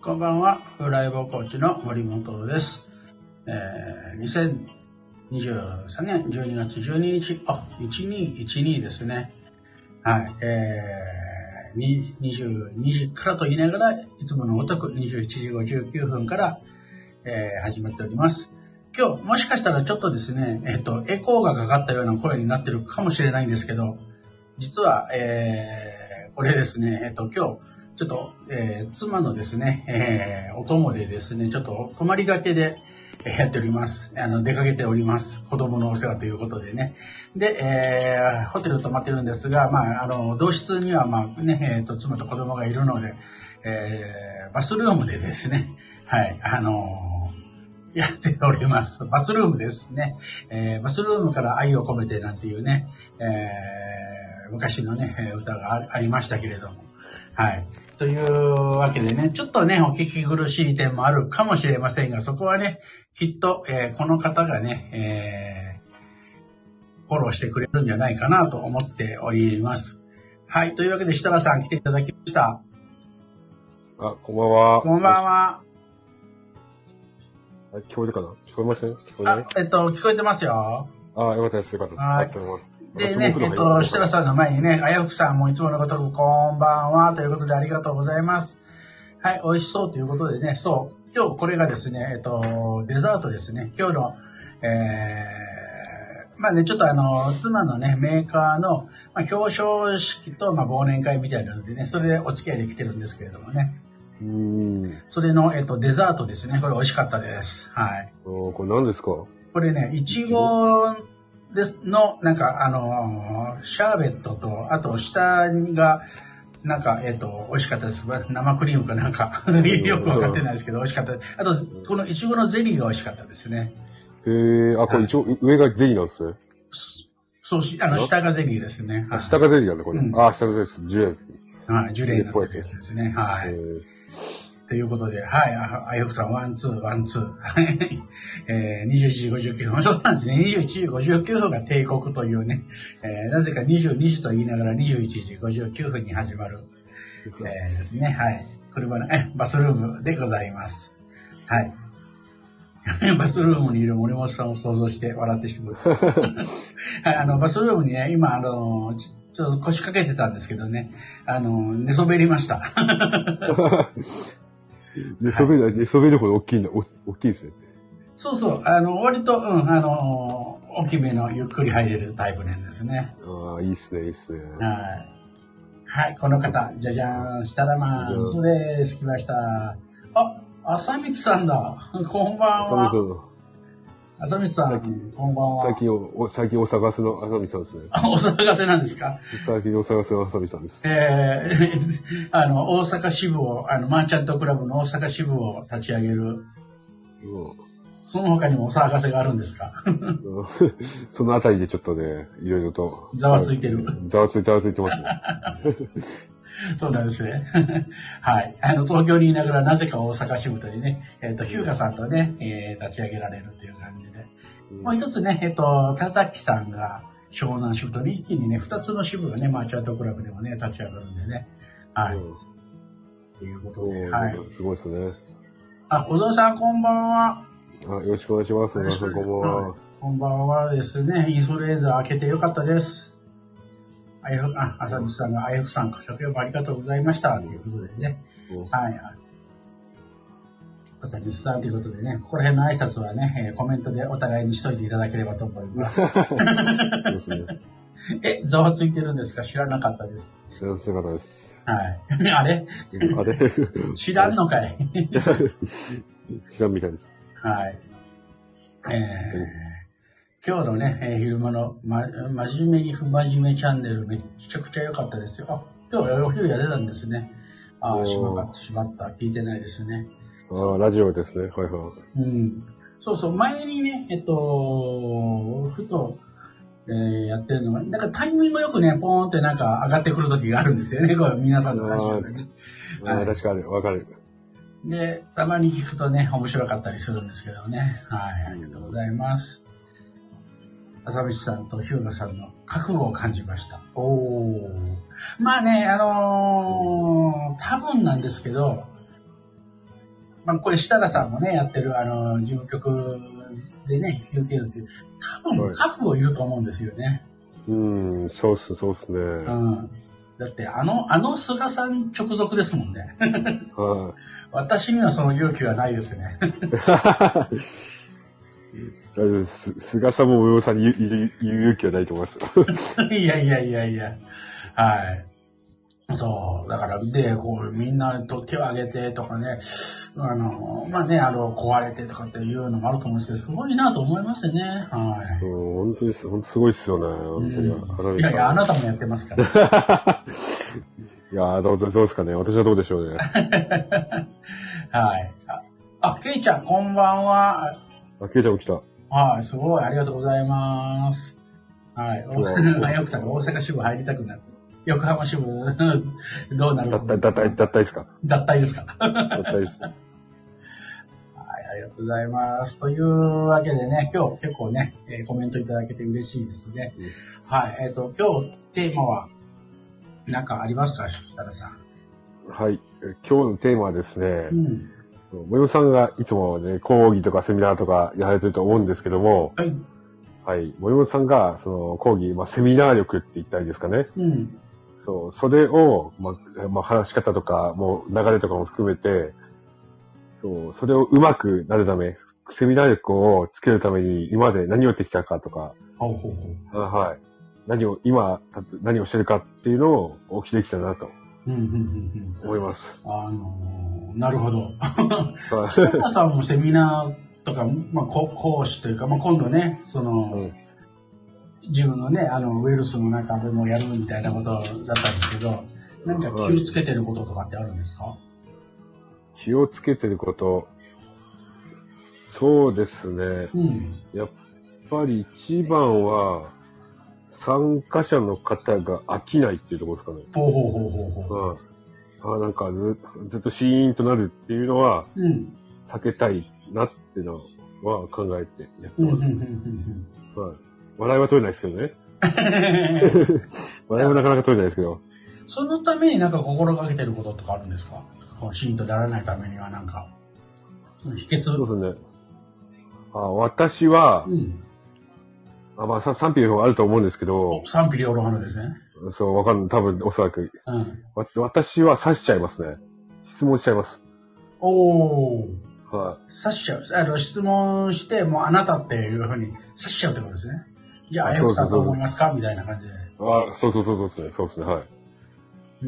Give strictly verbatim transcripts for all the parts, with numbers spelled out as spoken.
こんばんは、フライボーコーチの森本です。えー、にせんにじゅうさんねんじゅうにがつじゅうににち、あ、いちにいいちにですね。はい、えー、にじゅうにじからと言いながら、いつものごとくにじゅういちじごじゅうきゅうふんから、えー、始まっております。今日、もしかしたらちょっとですね、えっと、エコーがかかったような声になってるかもしれないんですけど、実は、えー、これですね、えっと、今日、ちょっと、えー、妻のですね、えー、お供でですね、ちょっと泊まりがけでやっております。あの、出かけております。子供のお世話ということでね。で、えー、ホテル泊まってるんですが、まあ、あの、同室には、まあね、えっと、妻と子供がいるので、えー、バスルームでですね、はい、あのー、やっております。バスルームですね。えー、バスルームから愛を込めてなんていうね、えー、昔のね、歌がありましたけれども。はい。というわけでね、ちょっとね、お聞き苦しい点もあるかもしれませんが、そこはね、きっと、えー、この方がね、えー、フォローしてくれるんじゃないかなと思っております。はい。というわけで、設楽さん来ていただきました。 あ、こんばんは。 こんばんは。 あ、聞こえるかな？聞こえません？聞こえない？ あ、えっと、聞こえてますよ。 あ、よかったです。よかったです。 はい。でね、えっと、設楽さんの前にね、あやふくさんもいつものごとくこんばんはということでありがとうございます。はい、美味しそうということでね、そう、今日これがですね、えっと、デザートですね。今日の、えー、まあね、ちょっとあの、妻のね、メーカーの、まあ、表彰式と、まあ、忘年会みたいなのでね、それでお付き合いできてるんですけれどもね。 うーん。 それの、えっと、デザートですね。これ美味しかったです。はい。 おー、これ何ですか？ これね、いちごですの、なんか、あのー、シャーベットと、あと、下が、なんか、えっと、美味しかったです。生クリームかなんか、よくわかってないですけど、美味しかったです。あと、このいちごのゼリーが美味しかったですね。 へー、あ、これ一応、上がゼリーなんですね。 そうし、あの、下がゼリーですね。 あ、下がゼリーなんだ、これ。うん、あ、下がゼリーです。ジュレー。 はい、ジュレーになってるやつですね。はい。ということで、はい、あやふくさん、ワン、ツー、ワン、ツー。えー、にじゅういちじごじゅうきゅうふん。そうなんですね。にじゅういちじごじゅうきゅうふんが帝国というね、えー、なぜかにじゅうにじと言いながらにじゅういちじごじゅうきゅうふんに始まる、えー、ですね。はい。車の、え、バスルームでございます。はい。バスルームにいる森本さんを想像して笑ってしまう。はい、あの、バスルームにね、今、あの、ちょっと腰掛けてたんですけどね、あの、寝そべりました。 寝そべる、はい、寝そべるほど大きいんだ、大きいですね。 そうそう、あの、割と、うん、あの、大きめのゆっくり入れるタイプのやつですね。 ああ、いいっすね、いいっすね。 はい。はい、この方、じゃじゃーん、したらまん、そうです、来ました。あ、浅光さんだ。こんばんは。浅光さん、こんばんは。 最近お、最近お探せの浅光さんですね。 あ、お探せなんですか？ 最近お探せの浅光さんです。 えー、あの、大阪支部を、あの、マーチャントクラブの大阪支部を立ち上げる。うん、その他にもお探せがあるんですか？ そのあたりでちょっとね、いろいろと。 ざわついてる。 ざわついて、ざわついてますね。 そうなんですね。はい。あの、東京にいながらなぜか大阪支部というね、えっと、日向さんとね、えー、立ち上げられるという感じで。うん、もう一つね、えっと、田崎さんが湘南支部とね、一気にね、二つの支部がね、マーチャントクラブでもね、立ち上がるんでね。はい。と、うん、いうことで、はい。 すごいですね。 あ、小沢さん、こんばんは。 あ、よろしくお願いします。皆さん、こんばんは。 こんばんはですね。インフルエンザ明けてよかったです。あやふ、あ、浅口さんが、あやふさん、昨夜もありがとうございました。ということでね。うん、はい。浅口さんということでね、ここら辺の挨拶はね、えー、コメントでお互いにしといていただければと思います。そうですね。え、ざわついてるんですか？知らなかったです。 知らなかったです。 はい。あれあれ知らんのかい知らんみたいです。 はい。えー今日のね、えー、昼間の、ま、真面目に不真面目チャンネルめちゃくちゃ良かったですよ。あ、今日はお昼やれたんですね。あ、しまった、しまった。聞いてないですね。 ああ、ラジオですね。はいはい。 うん。そうそう、前にね、えっと、ふと、えー、やってるのが、なんかタイミングよくね、ポーンってなんか上がってくる時があるんですよね。これ皆さんのラジオでね。 ああ、はい、確かに、わかる。 で、たまに聞くとね、面白かったりするんですけどね。はい、ありがとうございます。浅口さんと日向さんの覚悟を感じました。おー。まあね、あのー、多分なんですけど、 まあこれ設楽さんもね、やってるあの、事務局でね、引き受けるっていう、多分覚悟いると思うんですよね。 はい、うん、そうっす、そうっすね。 うん。だって、あの、あの菅さん直属ですもんね。はい。私にはその勇気はないですね。 菅さんも上尾さんに言う勇気はないと思います。 いやいやいやいや。はい。そう。だから、で、こう、みんなと手を挙げてとかね、あの、まあね、あの、壊れてとかっていうのもあると思うんですけど、すごいなと思いましてね。はい。 うん、本当です。本当すごいですよね。本当に、 うん。いやいや、あなたもやってますから。 いやどう、どうですかね。私はどうでしょうね。 はい。あ、あ、ケイちゃん、こんばんは。 あ、ケイちゃんも来た。 はい、すごい、ありがとうございます。はい。あやくさんが大阪支部入りたくなって。横浜支部、どうなるか。 脱退、脱退、脱退ですか？ 脱退ですか？脱退です。はい、 ありがとうございます。というわけでね、今日結構ね、えー、コメントいただけて嬉しいですね。うん、はい。えっと、今日テーマは何かありますか、設楽さん。 はい。今日のテーマはですね、うん、もよさんがいつもね、講義とかセミナーとかやられてると思うんですけども、はい。はい。もよさんが、その講義、まあ、セミナー力って言ったらいいですかね。うん。そう、それを、まあ、まあ、話し方とか、もう流れとかも含めて、そう、それを上手くなるため、セミナー力をつけるために、今まで何をやってきたかとか、ほうほうほう。はい。何を、今、何をしてるかっていうのをお聞きできたなと。うんうんうんうん、思います。 あのー、なるほど。北田さんもセミナーとか、まあ、講師というか、まあ、今度ね、その、うん、自分のね、あの、ウェルスの中でもやるみたいなことだったんですけど、何か気をつけてることとかってあるんですか？ 気をつけてること、そうですね。うん、やっぱり一番は、参加者の方が飽きないっていうところですかね。ほうほうほうほうほう。あ、なんかずずっとシーンとなるっていうのは、うん、避けたいなっていうのは考えてやってます。はい。笑いは取れないですけどね。笑いはなかなか取れないですけど。 そのためになんか心がけてることとかあるんですか？このシーンとならないためにはなんか、秘訣。 そうですね。あ、私は、うん、あ、まあ、賛否両論あると思うんですけど。 賛否両論あるんですね。 そう、わかんない。多分、おそらく。うん、わ私は刺しちゃいますね。質問しちゃいます。 おー。はい。刺しちゃう。あの、質問して、もうあなたっていうふうに刺しちゃうってことですね。じゃあ、あやくさんどう思いますかみたいな感じで。 あ、そうそうそうそうですね。そうですね。はい。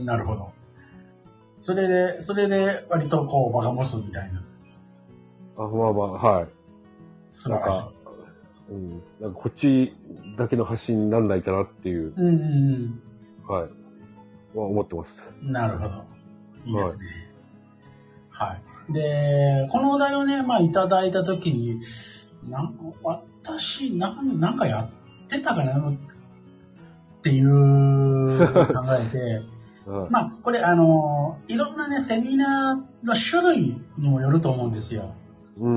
なるほど。それで、それで割とこう、バカボスみたいな。 あ、まあまあ、はい。 素晴らしい。 うん。なんかこっちだけの発信になんないかなっていう。うんうんうん。はい。は思ってます。 なるほど。いいですね。はい。はい、で、このお題をね、まあいただいたときに、な、私、な、なんかやってたかなっていう考えて、はい、まあこれあの、いろんなね、セミナーの種類にもよると思うんですよ。うん、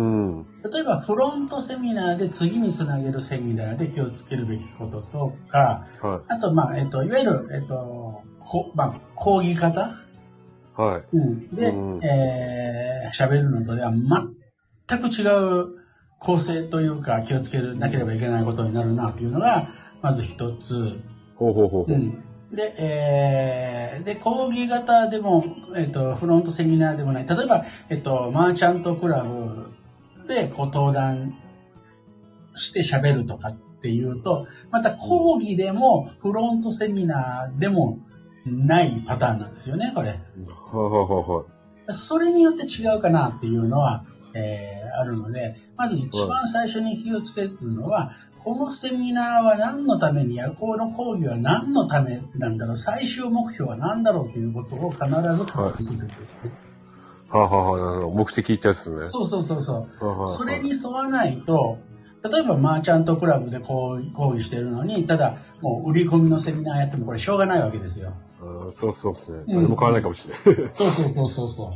例えばフロントセミナーで次につなげるセミナーで気をつけるべきこととか、はい、あと、まあ、えっと、いわゆる、えっと、こまあ、講義方、はい、うん、で、うん、えー、喋るのとでは全く違う構成というか気をつけなければいけないことになるなというのが、まず一つ。ほうほうほうほう。うんで、えー、で、講義型でも、えっと、フロントセミナーでもない。例えば、えっと、マーチャントクラブで、こう、登壇して喋るとかっていうと、また講義でも、フロントセミナーでもないパターンなんですよね、これ。はいはいはい。それによって違うかなっていうのは、えー、あるので、まず一番最初に気をつけるのは、このセミナーは何のためにやる、この講義は何のためなんだろう、最終目標は何だろうということを必ず確認するんですね。 はあ、はあはあ、目的ってやつですね。 そうそうそうそう。はあはあ、それに沿わないと、例えばマーチャントクラブでこう講義してるのに、ただもう売り込みのセミナーやってもこれしょうがないわけですよ。 あ、そうそうですね。何も変わらないかもしれない。うん、 そうそうそうそうそう。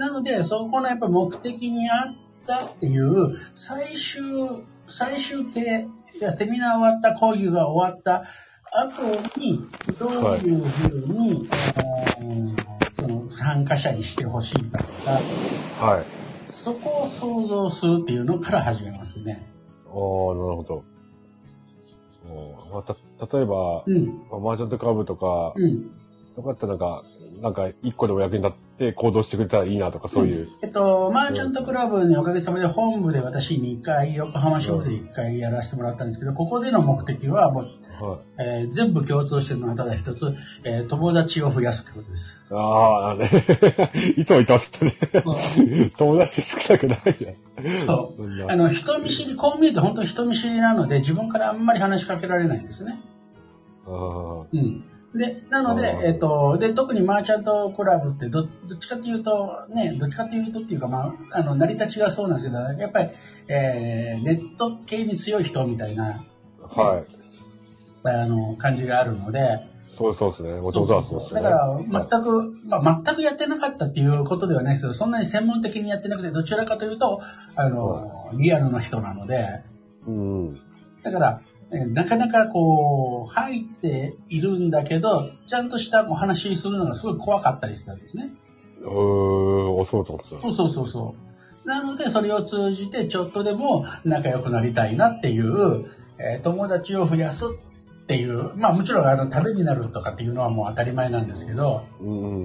なので、そこのやっぱ目的に合ったっていう最終、最終形、セミナー終わった、講義が終わった後に、どういうふうに、はい、その参加者にしてほしいかとか、 はい。 そこを想像するっていうのから始めますね。 ああ、なるほど。まあ、た、例えば、 うん。 まあ、マーチャントクラブとか、 うん。 とかってなんか、なんか一個でも役に立って行動してくれたらいいなとか、そういう。うん、 えっと、マーチャントクラブにおかげさまで本部で私にかい、横浜支部でいっかいやらせてもらったんですけど、ここでの目的はもう、はい、えー、全部共通してるのはただ一つ、えー、友達を増やすってことです。 ああ、ね。いつも言ってますね。そう。友達少なくないや。 そう。あの、人見知り、こう見えて本当に人見知りなので、自分からあんまり話しかけられないんですね。ああ。うん。で、なので、えっと、で、特にマーチャントクラブってど、どっちかっていうと、ね、どっちかっていうとっていうか、まあ、あの、成り立ちがそうなんですけど、やっぱり、えー、ネット系に強い人みたいな、ね、 はい。 あの、感じがあるので、 そうそうですね。もともとはそうですね。 だから、全く、はい、まあ、全くやってなかったっていうことではないですけど、そんなに専門的にやってなくて、どちらかというと、あの、はい、リアルな人なので、うん。だから、なかなかこう、入っているんだけど、ちゃんとしたお話するのがすごい怖かったりしたんですね。 うーん、そうそうそう。 そうそうそうそう。なので、それを通じてちょっとでも仲良くなりたいなっていう、えー、友達を増やすっていう、まあもちろんあの、ためになるとかっていうのはもう当たり前なんですけど、うん、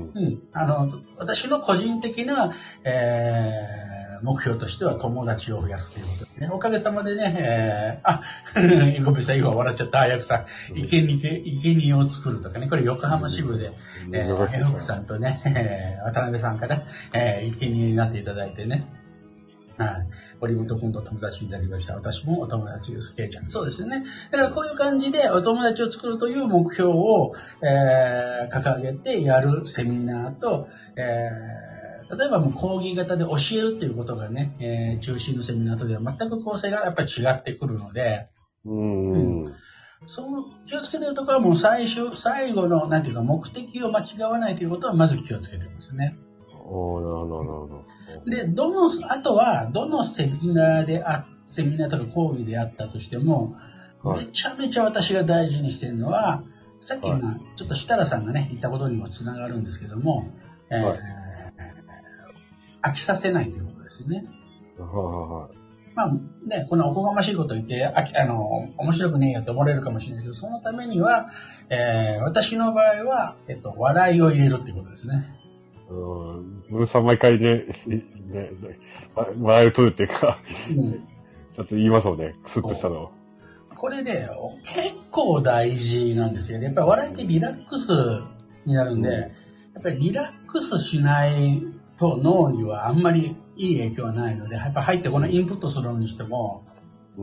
うん。あの、私の個人的な、えー、目標としては友達を増やすということですね。おかげさまでね、えー、あ、ごめんなさい、今笑っちゃった、あやくさん。生贄生贄を作るとかね、これ横浜支部で、うん、えー、ヘロクさんとね、えー、渡辺さんから、えー、生贄になっていただいてね。はい。堀本君と友達になりました。私もお友達です。ケイちゃん。そうですよね。だからこういう感じでお友達を作るという目標を、えー、掲げてやるセミナーと、えー、例えばもう講義型で教えるっていうことがね、えー、中心のセミナーとでは全く構成がやっぱり違ってくるので、うん、うん。その気をつけてるところはもう最初、最後の、なんていうか目的を間違わないということはまず気をつけてますね。 おー、なるほど、なるほど。 で、どの、あとは、どのセミナーであ、セミナーとか講義であったとしても、はい、めちゃめちゃ私が大事にしてるのは、さっきの、ちょっと設楽さんがね、言ったことにもつながるんですけども、えーはい、飽きさせないということですよね。はい、まあね、こんなおこがましいこと言って、ああの、面白くねえよって思われるかもしれないけど、そのためには、えー、私の場合は、えっと、笑いを入れるっていうことですね。 うん。ムロさん毎回ね、ね、ね、笑いを取るっていうか、うん、ちょっと言いますもんね、クスッとしたの。 これね、結構大事なんですよね。やっぱり笑いってリラックスになるんで、うん、やっぱりリラックスしないと脳にはあんまりいい影響はないので、やっぱ入ってこのインプットするのにしても、うん、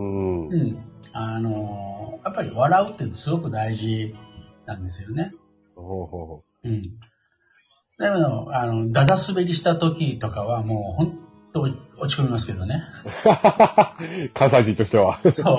うん、あの、やっぱり笑うってすごく大事なんですよね。ほうほう。うん。でも、あの、だだ滑りした時とかはもう本当落ち込みますけどね。 関西人としては。 そう。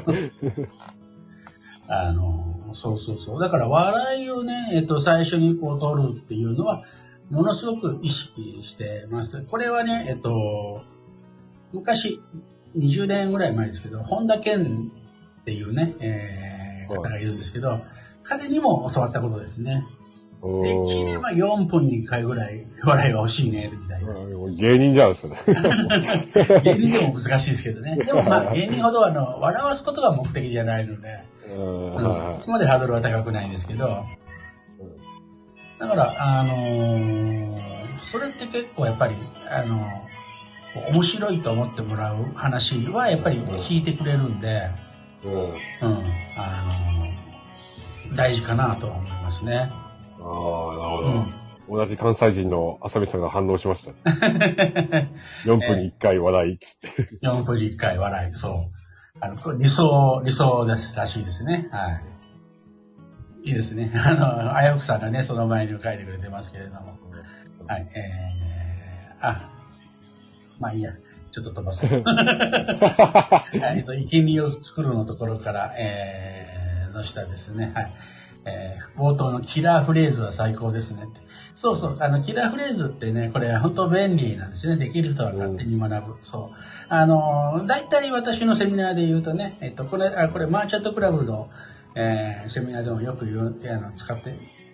あの、そうそうそう。だから笑いをね、えっと、最初にこう取るっていうのは、ものすごく意識してます。これはね、えっと、昔、にじゅうねんぐらい前ですけど、本田健っていうね、えー、方がいるんですけど、彼にも教わったことですね。できればよんぷんにいっかいぐらい笑いが欲しいね、みたいな。 芸人じゃんですよね。 芸人でも難しいですけどね。でもまあ芸人ほどあの、笑わすことが目的じゃないので、うん、そこまでハードルは高くないんですけど、だから、あのー、それって結構やっぱり、あのー、面白いと思ってもらう話はやっぱり聞いてくれるんで、うん、うん、あのー、大事かなとは思いますね。 ああ、なるほど、うん。同じ関西人の浅見さんが反応しました、ね。よんぷんにいっかい笑いっつって。 よんぷんにいっかい笑い、そう。あの、理想、理想ですらしいですね。はい。いいですね。あの、あやふくさんがね、その前に書いてくれてますけれども。はい。えー、あ、まあいいや。ちょっと飛ばそう。えっと、生贄を作るのところから、えー、の下ですね。はい。えー、冒頭のキラーフレーズは最高ですねって。そうそう、あの、キラーフレーズってね、これ本当便利なんですよね。できる人は勝手に学ぶ。そう。あの、大体私のセミナーで言うとね、えっと、これ、あこれマーチャントクラブの、えー、セミナーでもよく言う、あの、使って、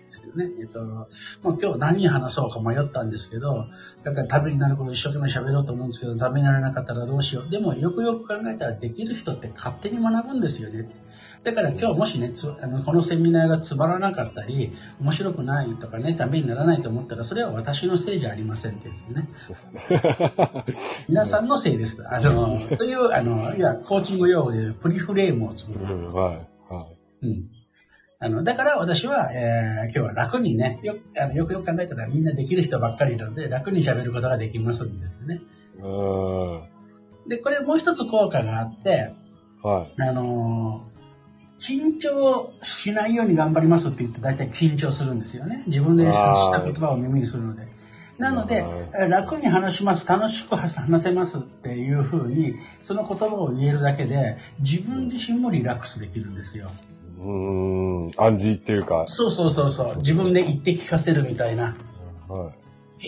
ですけどね。えっと、もう今日何話そうか迷ったんですけど、だからためになることを一生懸命喋ろうと思うんですけど、ためにならなかったらどうしよう。でもよくよく考えたらできる人って勝手に学ぶんですよね。だから今日もしね、つあのこのセミナーがつまらなかったり、面白くないとかね、ためにならないと思ったら、それは私のせいじゃありませんってやつね。皆さんのせいです。あの、という、あの、いや、コーチング用語でプリフレームを作るんです。はい。はい。うん。あの、だから私は、えー、今日は楽にね、よ、あのよくよく考えたらみんなできる人ばっかりなので、楽に喋ることができますんですよね。うん。で、これもう一つ効果があって、はい。あのー、緊張しないように頑張りますって言って大体緊張するんですよね。自分で発した言葉を耳にするので。なので、楽に話します、楽しく話せますっていう風に、その言葉を言えるだけで、自分自身もリラックスできるんですよ。 うーん、暗示っていうか。 そうそうそうそう。自分で言って聞かせるみたいな。はい、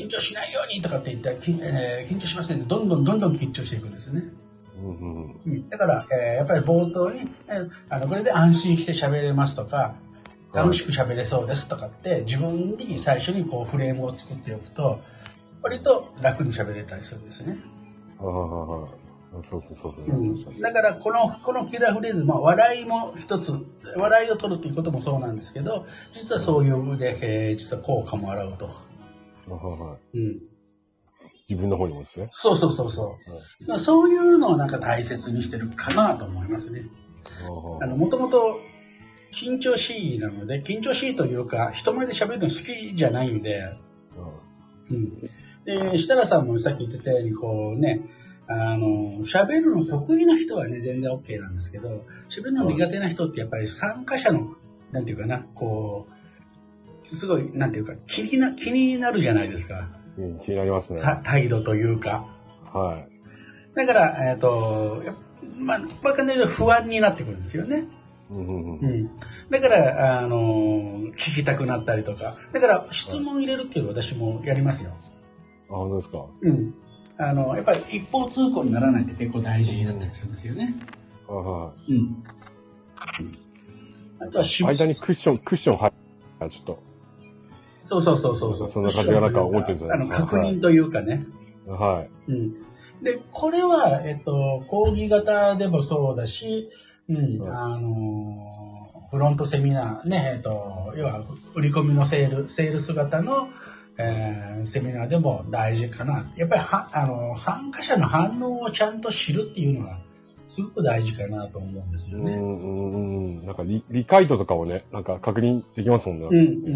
緊張しないようにとかって言ったら、えー、緊張しませんね。どんどんどんどん緊張していくんですよね。うんうん、だから、えー、やっぱり冒頭に、えー、あのこれで安心して喋れますとか、楽しく喋れそうですとかって自分に最初にこうフレームを作っておくと割と楽に喋れたりするんですね。そうそうそう、うん、だからこのこのキラーフレーズ、まあ、笑いも一つ笑いを取るということもそうなんですけど、実はそういうで、えー、実は効果もあらうと。 うん、自分の方にもですね。 そうそうそうそう、はい、そういうのをなんか大切にしてるかなと思いますね。あのもともと緊張しいなので、緊張しいというか人前で喋るの好きじゃないんで、うん、で設楽さんもさっき言ってたようにこうね、あの喋るの得意な人はね全然 OK なんですけど、喋るの苦手な人ってやっぱり参加者のなんていうかな、こうすごいなんていうか気にな気になるじゃないですか。 うん、気になりますね。 態度というか。 はい。 だからえっ、ー、とまあまあ簡単に言うと不安になってくるんですよね。うんうんうん、だからあの聞きたくなったりとか、だから質問入れるっていうのを私もやりますよ。 あ、本当ですか。 うん。あのやっぱり一方通行にならないって結構大事だったりするんですよね。 あ、はい。うん。 あとは間にクッションクッション入ったちょっと。 そうそうそうそうそう。 そんな感じがなんか思ってるんですよね。 あの確認というかね。 はい。 うん。でこれはえっと講義型でもそうだし。うん、はい、あのフロントセミナーね、えっと要は売り込みのセールセールス型の、えー、セミナーでも大事かな。やっぱりはあの参加者の反応をちゃんと知るっていうのがすごく大事かなと思うんですよね。 うんうん、なんか 理, 理解度とかをね、なんか確認できますもんね。 うんうんうん。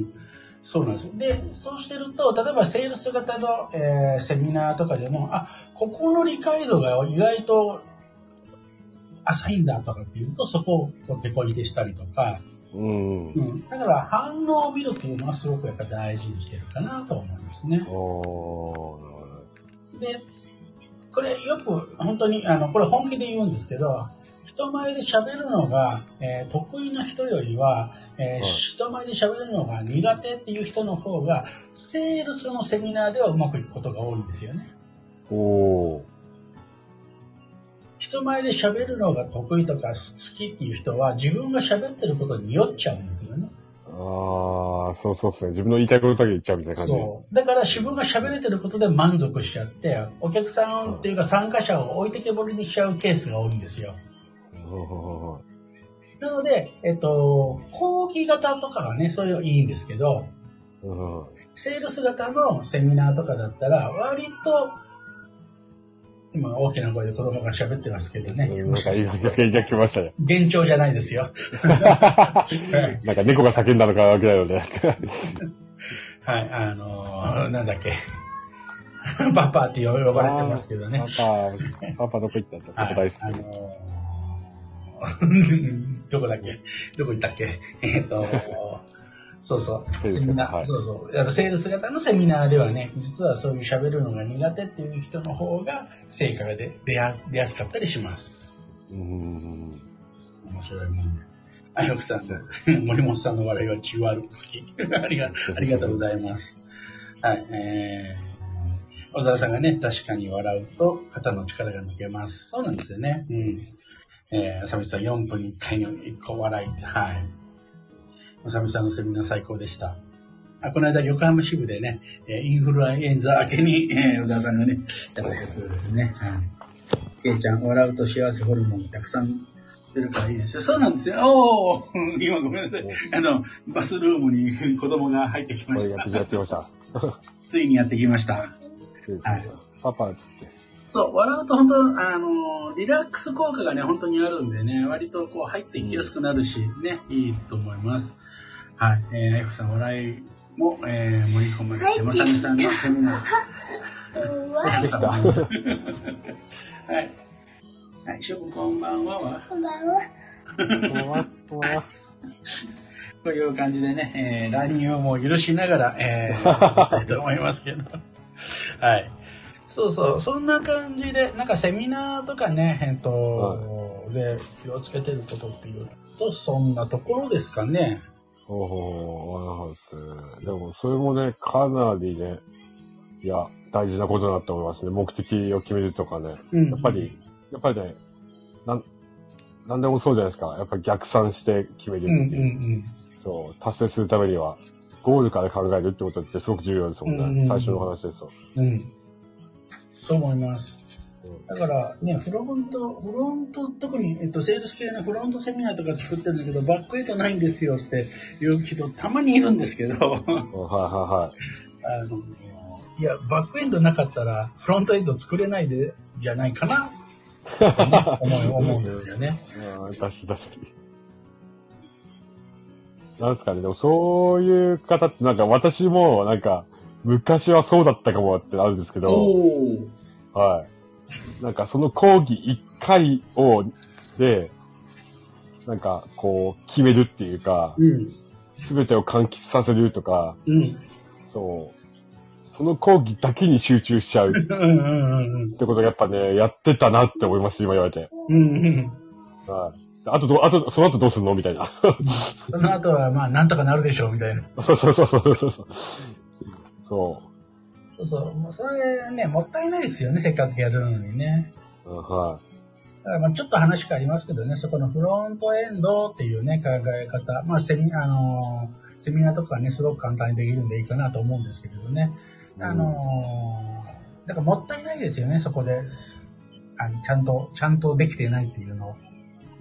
そうなんですよ。で、そうしてると、例えばセールス型の、えー、セミナーとかでも、あ、ここの理解度が意外と浅いんだとかっていうと、そこを手こ入れしたりとか、うんうん、だから反応を見るっていうのはすごくやっぱ大事にしてるかなと思いますね。で、これよく本当にあのこれ本気で言うんですけど、人前で喋るのが、えー、得意な人よりは、えーはい、人前で喋るのが苦手っていう人の方がセールスのセミナーではうまくいくことが多いんですよね。おー。人前で喋るのが得意とか好きっていう人は自分が喋ってることに酔っちゃうんですよね。 ああ、そうそうですね。自分の言いたいことだけ言っちゃうみたいな感じで。 そう。だから自分が喋れてることで満足しちゃって、お客さんっていうか参加者を置いてけぼりにしちゃうケースが多いんですよ。なので、えっと、講義型とかはね、そういうのいいんですけど、セールス型のセミナーとかだったら割と今大きな声で子供が喋ってますけどね。 なんか言い来ましたね。 幻聴じゃないですよ。 なんか猫が叫んだのかわけだよね。 はい、あのー、なんだっけ。パパって呼ばれてますけどね。 パパ、パパどこ行ったってパパ大好き。あのー、どこだっけどこ行ったっけえっと、そうそう。セミナー、はい、そうそう。あの、セールス型のセミナーではね、実はそういう喋るのが苦手っていう人の方が成果が出や、出やすかったりします。うーん。面白いもんね。あよくさん、森本さんの笑いはじわる好き。ありが、ありがとうございます。はい、えー、小沢さんがね、確かに笑うと肩の力が抜けます。そうなんですよね。うん。えー、浅見さんよんぷんにいっかいのいっこ笑いって、はい。 まさみさんのセミナー最高でした。あ、この間横浜支部でね、インフルエンザ明けに、えー、小沢さんがね、やったやつですね。はい。けいちゃん、笑うと幸せホルモンたくさん出るからいいですよ。そうなんですよ。おー今ごめんなさい。あの、バスルームに子供が入ってきました。 やってきました。 ついにやってきました。はい。 パパっつって。 そう、笑うと本当、あの、リラックス効果がね、本当にあるんでね、割とこう入っていきやすくなるし、ね、いいと思います。はい。えー、F さん、笑いも、えー、盛り込まれて、まさみさんのセミナー。 できた。はい。 はい、しょうくんこんばんは。 こんばんは。 こんばんは。 という感じでね、えー、乱入も許しながら、えー、したいと思いますけど。はい。そうそう、そんな感じで、なんかセミナーとかね、えっと、はい、で気をつけてることっていうと、そんなところですかね。 ほうほう、です。でも、それもね、かなりね、いや、大事なことだと思いますね。目的を決めるとかね。うん、やっぱり、やっぱりね、なん、なんでもそうじゃないですか。やっぱり逆算して決めるっていう。うんうんうん、そう、達成するためには、ゴールから考えるってことってすごく重要ですもんね。うんうんうん、最初の話ですと。 うん。そう思います。だからね、フロント、フロント、特に、えっと、セールス系のフロントセミナーとか作ってるんだけど、バックエイトないんですよっていう人たまにいるんですけど、はいはいはい。あの、いや、バックエンドなかったら、フロントエンド作れないで、じゃないかな、ね、思う、思うんですよね。 ああ、確かに確かに。なんですかね、でもそういう方ってなんか私もなんか、昔はそうだったかもってあるんですけど、はい。なんかその講義一回を、で、なんかこう決めるっていうか、すべ、うん、てを完結させるとか、うん、そう。その講義だけに集中しちゃうってことがやっぱね、やってたなって思いました、今言われて。うんうん、はい。あとど、あと、その後どうすんのみたいな。 その後はまあなんとかなるでしょうみたいな。 そうそうそうそうそう。そう。 そうそう。もうそれね、もったいないですよね、せっかくやるのにね。はい。だからまあちょっと話変わりますけどね、そこのフロントエンドっていうね、考え方。まあセミ、あのー、セミナーとかね、すごく簡単にできるんでいいかなと思うんですけれどね。うん、あのー、だからもったいないですよね、そこで。あのちゃんと、ちゃんとできてないっていうのを。うん。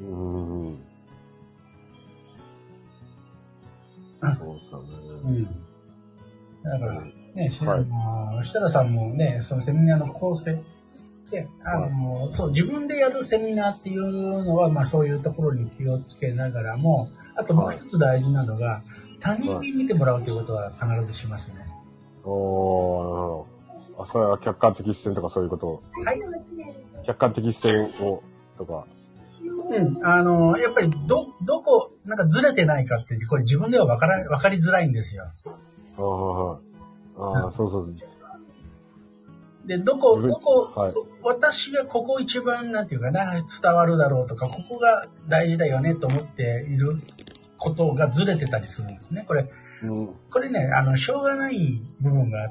そうですよね。うん。だから、ね、はい、あの設楽さんもね、そのセミナーの構成で、あの、はい、そう、自分でやるセミナーっていうのは、まあそういうところに気をつけながらも、あともう一つ大事なのが、はい、他人に見てもらうということは必ずしますね。はい、 おー、なるほど。あ、それは客観的視点とかそういうことはい。客観的視点を、とか。 うん、あの、やっぱりど、どこ、なんかずれてないかって、これ自分では分から、分かりづらいんですよ。 ああ、ああ、そうそうそう。 で、どこ、どこ、はい、私がここ一番、なんていうかな、伝わるだろうとか、ここが大事だよねと思っていることがずれてたりするんですね。これ、うん、これね、あの、しょうがない部分があって、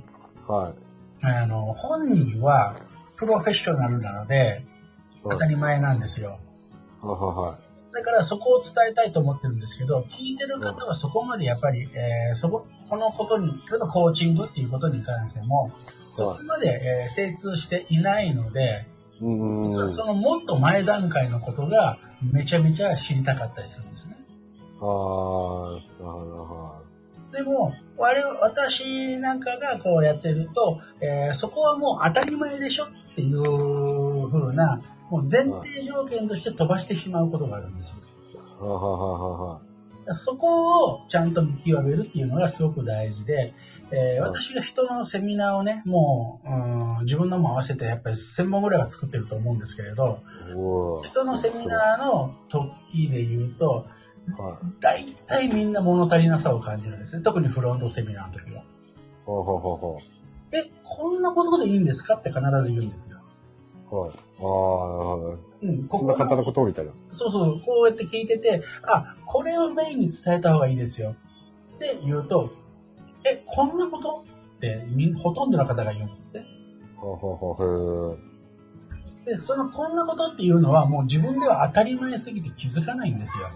はい。あの、本人はプロフェッショナルなので、当たり前なんですよ。はい、はい。だからそこを伝えたいと思ってるんですけど、聞いてる方はそこまでやっぱり、えー、そこ、このことに、例えばコーチングっていうことに関しても、そこまで、えー、精通していないので、うん、そ, そのもっと前段階のことがめちゃめちゃ知りたかったりするんですね。ああ、でも、我々、私なんかがこうやってると、えー、そこはもう当たり前でしょっていう風な、もう前提条件として飛ばしてしまうことがあるんですよ。ははははそこをちゃんと見極めるっていうのがすごく大事で、えー、私が人のセミナーをね、もう、うん、自分のも合わせてやっぱりせんぼんぐらいは作ってると思うんですけれど、人のセミナーの時で言うと、大体みんな物足りなさを感じるんですね。特にフロントセミナーの時は。ほうほうほうほう。え、こんなことでいいんですかって必ず言うんですよ。はい。ああ、なるほど。うん、ここの簡単なことみたいな。そうそう、こうやって聞いてて、あ、これをメインに伝えた方がいいですよ。って言うと、え、こんなことってみほとんどの方が言うんですね。ほうほうほう。で、そのこんなことっていうのはもう自分では当たり前すぎて気づかないんですよ。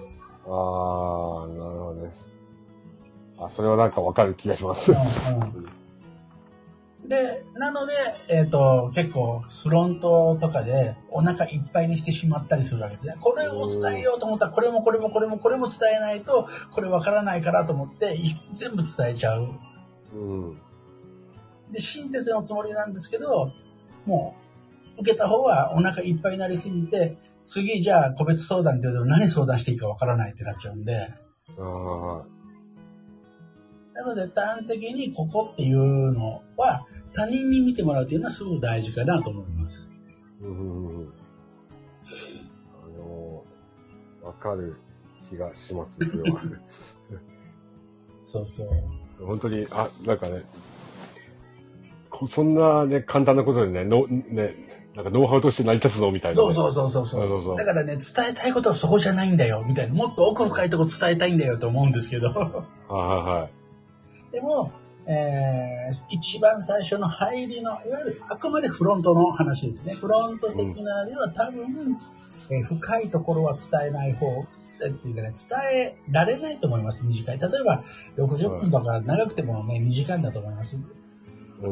ああ、なるほどです。あ、それはなんかわかる気がします。うんうん、で、なので、えっと、結構、フロントとかでお腹いっぱいにしてしまったりするわけですね。これを伝えようと思ったら、これもこれもこれもこれも伝えないと、これわからないからと思って、全部伝えちゃう。うん、で、親切のつもりなんですけど、もう、受けた方はお腹いっぱいになりすぎて、次じゃあ個別相談って言うと何相談していいかわからないってなっちゃうんで。あなので端的にここっていうのは他人に見てもらうっていうのはすごく大事かなと思います。うん。 あの、わかる気がします、それは。 そうそう。 本当に、あ、なんかね、そんなね、簡単なことでね、のね、なんかノウハウとして成り立つぞみたいな、ね。 そうそうそうそうそうそうそう。だからね、伝えたいことはそこじゃないんだよみたいな、もっと奥深いとこ伝えたいんだよと思うんですけど。はいはい。でも、えー、一番最初の入りのいわゆるあくまでフロントの話ですね。フロントセミナーでは多分、うんえー、深いところは伝えない方、伝えっていうかね、伝えられないと思います。短い。例えばろくじゅっぷんとか長くてもねにじかんだと思います。うん。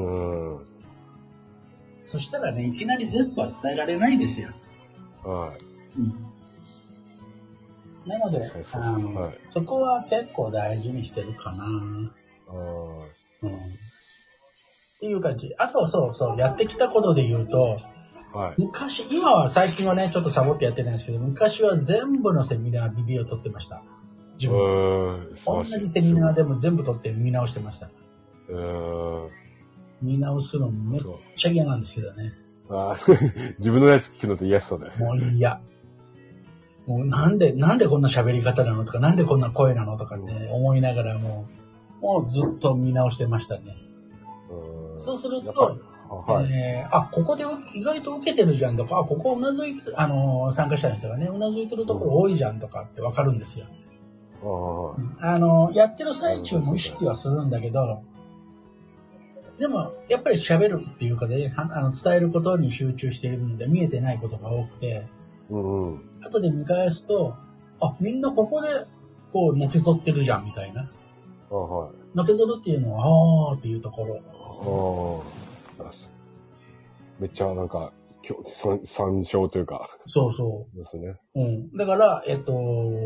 そしたらね、いきなり全部は伝えられないですよ。はい。うん、なので、あの、はい、そこは結構大事にしてるかな。あうん。っていう感じ。あと、そうそう、やってきたことで言うと、はい、昔、今は最近はね、ちょっとサボってやってないんですけど、昔は全部のセミナービデオ撮ってました。自分。同じセミナーでも全部撮って見直してました。うん見直すのめっちゃ嫌なんですけどね。 あ自分のやつ聞くのと嫌そうだよね。 もう嫌。もうなんで、なんでこんな喋り方なのとか、なんでこんな声なのとかね、思いながらもう、もうずっと見直してましたね。うそうすると、はいえー、あ、ここで意外と受けてるじゃんとか、あ、ここうなずいてる、あのー、参加者の人がね、うなずいてるところ多いじゃんとかってわかるんですよ。うん、あのー、やってる最中も意識はするんだけど、でも、やっぱり喋るっていうかで、あの伝えることに集中しているので、見えてないことが多くて、うんうん、後で見返すと、あ、みんなここで、こう、のけぞってるじゃん、みたいな。あはい、のけぞるっていうのは、あーっていうところですね。 あめっちゃなんか、参照というか。 そうそう。ですね。 うん。だから、えっと、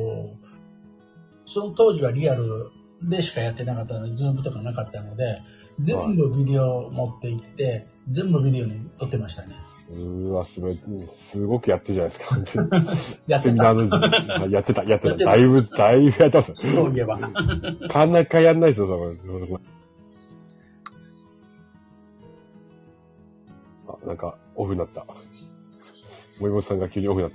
その当時はリアルでしかやってなかったので、ズームとかなかったので、全部ビデオ持って行って、はい、全部ビデオに撮ってましたね。 うわ、すごい、すごくやってるじゃないですか。やってた。セミナーのやってた、やってた。だいぶ、だいぶやってます。 そういえば。 なかなかやんないですよ、その。あ、なんか、オフになった。森本さんが急にオフになった。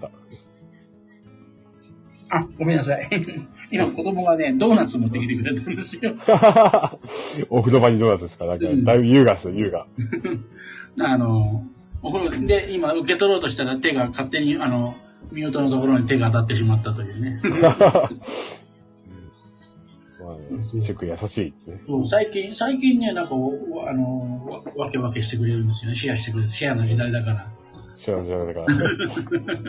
あ、ごめんなさい。今子供がね、ドーナツ持ってきてくれたんですよ。 お風呂場にドーナツですか？なんか、だいぶ優雅ですよ、優雅。 あの、お風呂で今受け取ろうとしたら手が勝手に、あの、ミュートのところに手が当たってしまったというね。 シェク優しいですね。 最近、最近ね、なんか、あの、わけわけしてくれるんですよね。シェアしてくれる。シェアの時代だから。 シェアの時代だから。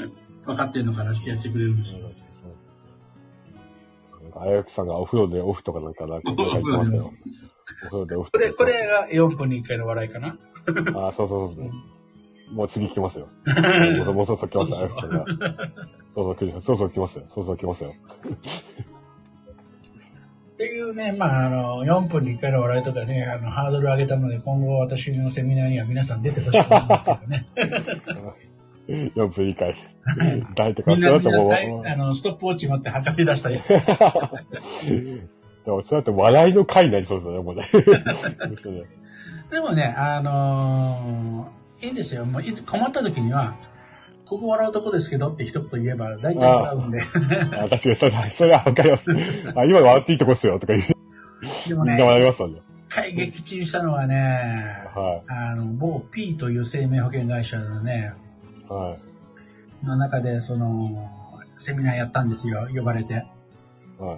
分かってんのかなってやってくれるんですよ。 あやきさんがお風呂でオフとかなんかなんか言ってますけど。お風呂でオフ。 これ、これがよんぷんにいっかいの笑いかな。 ああ、そうそうそう。もう次来ますよ。もうそろそろ来ますよ、あやきさんが。そうそう来ます。そうそう来ますよ。そうそう来ますよ。っていうね、まあ、あの、よんぷんにいっかいの笑いとかね、あの、ハードル上げたので、今後私のセミナーには皆さん出てほしくないんですけどね。よんぷんにいっかい。大とか、それだともう。あの、ストップウォッチ持って測り出したり。でも、それだと笑いの回になりそうですよね、もうね。でもね、あのー、いいんですよ。もういつ困った時には、ここ笑うとこですけどって一言言えば大体笑うんで。ああ、確かにそれ、それはわかります。あ、今笑っていいとこっすよとか言う。でもね、みんな笑いますもんね。一回撃沈したのはね、はい、あの、某 P という生命保険会社のね、はい、の中で、その、セミナーやったんですよ、呼ばれて。はい、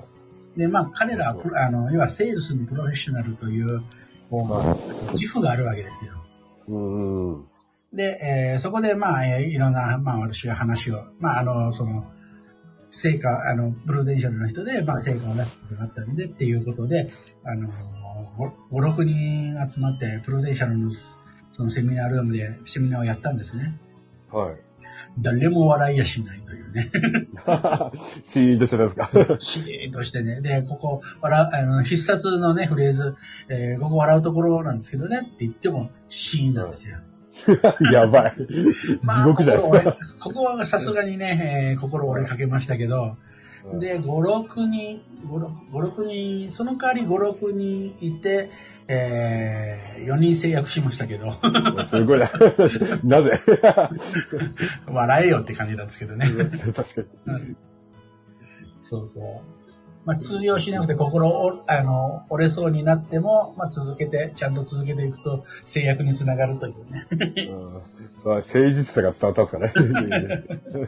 で、まあ、彼らは、あの、要はセールスのプロフェッショナルという、こう、はい、自負があるわけですよ。うんうんで、えー、そこで、まあ、えー、いろんな、まあ、私が話を、まあ、あの、その、 成果、あの、プロデンシャルの人で、まあ、成果を出すことがあったんで、っていうことで、あの、ご、ろくにん集まって、プロデンシャルの、そのセミナールームでセミナーをやったんですね。 はい。 誰も笑いやしないというね。 シーンとしてですか。 シーンとしてね。で、ここ、笑う、あの、必殺のね、フレーズ、えー、ここ笑うところなんですけどねって言っても、シーンなんですよ。 やばい。地獄じゃないですか。 ここはさすがにね、えー、心折れかけましたけど、うん、で、ご、ろくにん、ご、ろくにん、その代わりご、ろくにんいて、えー、よにん制約しましたけど。 すごいな。なぜ笑えよって感じなんですけどね。 確かに、 うん。そうそう。まあ、通用しなくて心を、あの、折れそうになっても、まあ、続けて、ちゃんと続けていくと制約につながるというね。 うん。それは誠実さが伝わったんですかね。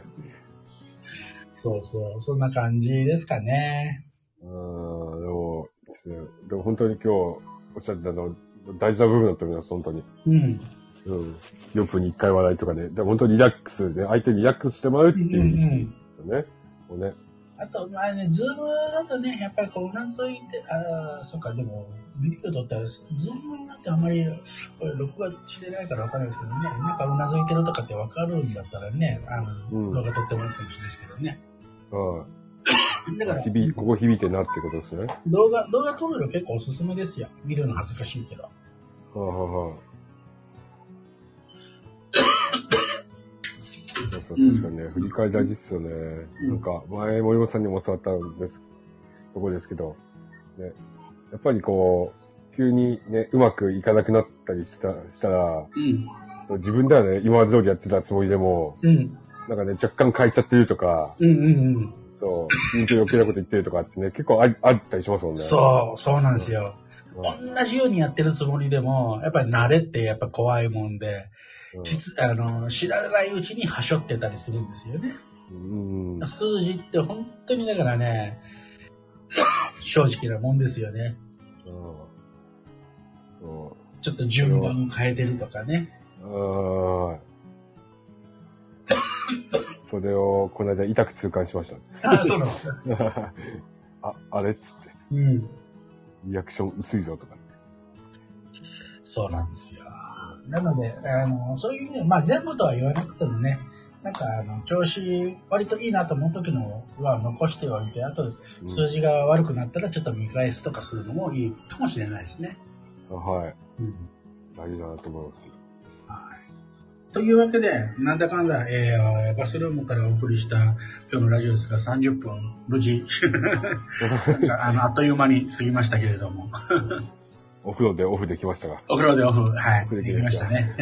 そうそう。そんな感じですかね。 うん。でも、でも本当に今日おっしゃってたの、大事な部分だと思います、本当に。うん。うん。よっぷんにいっかい笑いとかね。で本当にリラックスで、相手にリラックスしてもらうっていう意識ですよね。うんうん、もうね。 あと、まあね、ズームだとね、やっぱりこう、うなずいて、ああ、そっか、でも、ビデオ撮ったら、ズームになってあまり、これ、録画してないからわかんないですけどね、なんかうなずいてるとかってわかるんだったらね、あの、うん、動画撮ってもらってもいいですけどね。 はい。だから、響ここ響いてなってことですね。 動画、動画撮るの結構おすすめですよ。見るの恥ずかしいけど。はあ、はあはあ、確かにね、うん、振り返り大事っすよね。うん、なんか、前、森本さんにも教わったんです、とこですけど、ね、やっぱりこう、急にね、うまくいかなくなったりした、したら、うん、そう自分ではね、今まで通りやってたつもりでも、うん、なんかね、若干変えちゃってるとか、うんうんうん、そう、緊張余計なこと言ってるとかってね、結構ああったりしますもんね。 そう、そうなんですよ。うん、同じようにやってるつもりでも、やっぱり慣れってやっぱ怖いもんで、うん、あの知らないうちにはしょってたりするんですよね。うん、数字って本当にだからね、正直なもんですよね。うん、ちょっと順番を変えてるとかね。 うんそれをこの間痛く痛感しました。 あ、そうなんですか。 あ、あれっつって。うん。リアクション薄いぞとか。 そうなんですよ。なので、あの、そういう意味で、まあ全部とは言わなくてもね、なんか、あの、調子、割といいなと思う時のは残しておいて、あと、数字が悪くなったらちょっと見返すとかするのもいいかもしれないですね。 はい。うん。大事だなと思います。 というわけで、なんだかんだ、えー、バスルームからお送りした今日のラジオですがさんじゅっぷん、無事、あの、あっという間に過ぎましたけれども。 お風呂でオフできましたが。 お風呂でオフ、はい。できましたね。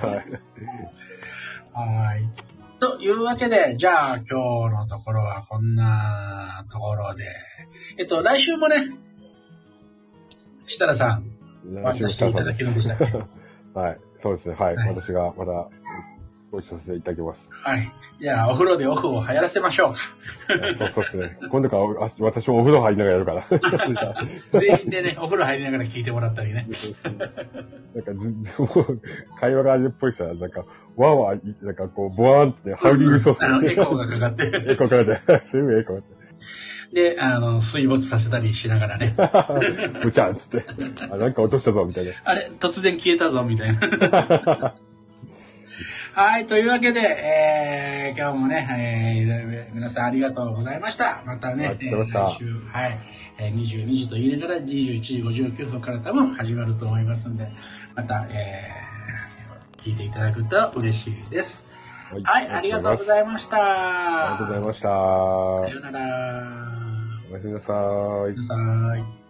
はい。というわけで、じゃあ今日のところはこんなところで、えっと、来週もね、設楽さん、 来週もしていただけるんでしたっけ？ はい。そうですね。はい。はい、私がまたご一緒させていただきます。 はい。じゃあ、お風呂でオフを流行らせましょうか。 そうそうですね。今度から私もお風呂入りながらやるから。 全員でね、お風呂入りながら聞いてもらったりね。 なんかず、もう、会話があれっぽい人は、なんか、わーわー、なんかこう、ボワーンってハウリングソース、 うん。あの、エコーがかかって。 エコーかかって。すぐエコーって。 で、あの、水没させたりしながらね。 むちゃんつって。あ、なんか落としたぞ、みたいな。 あれ、突然消えたぞ、みたいな。はい、というわけで、えー、今日もね、えー、皆さんありがとうございました。またね、 えー、来週、はいえー、にじゅうにじと言いながらにじゅういちじごじゅうきゅうふんから多分始まると思いますので、また、えー、聞いていただくと嬉しいです。はい、はい、ありがとうございました。 ありがとうございました。 さようなら。 おやすみなさい。 おやすみなさい。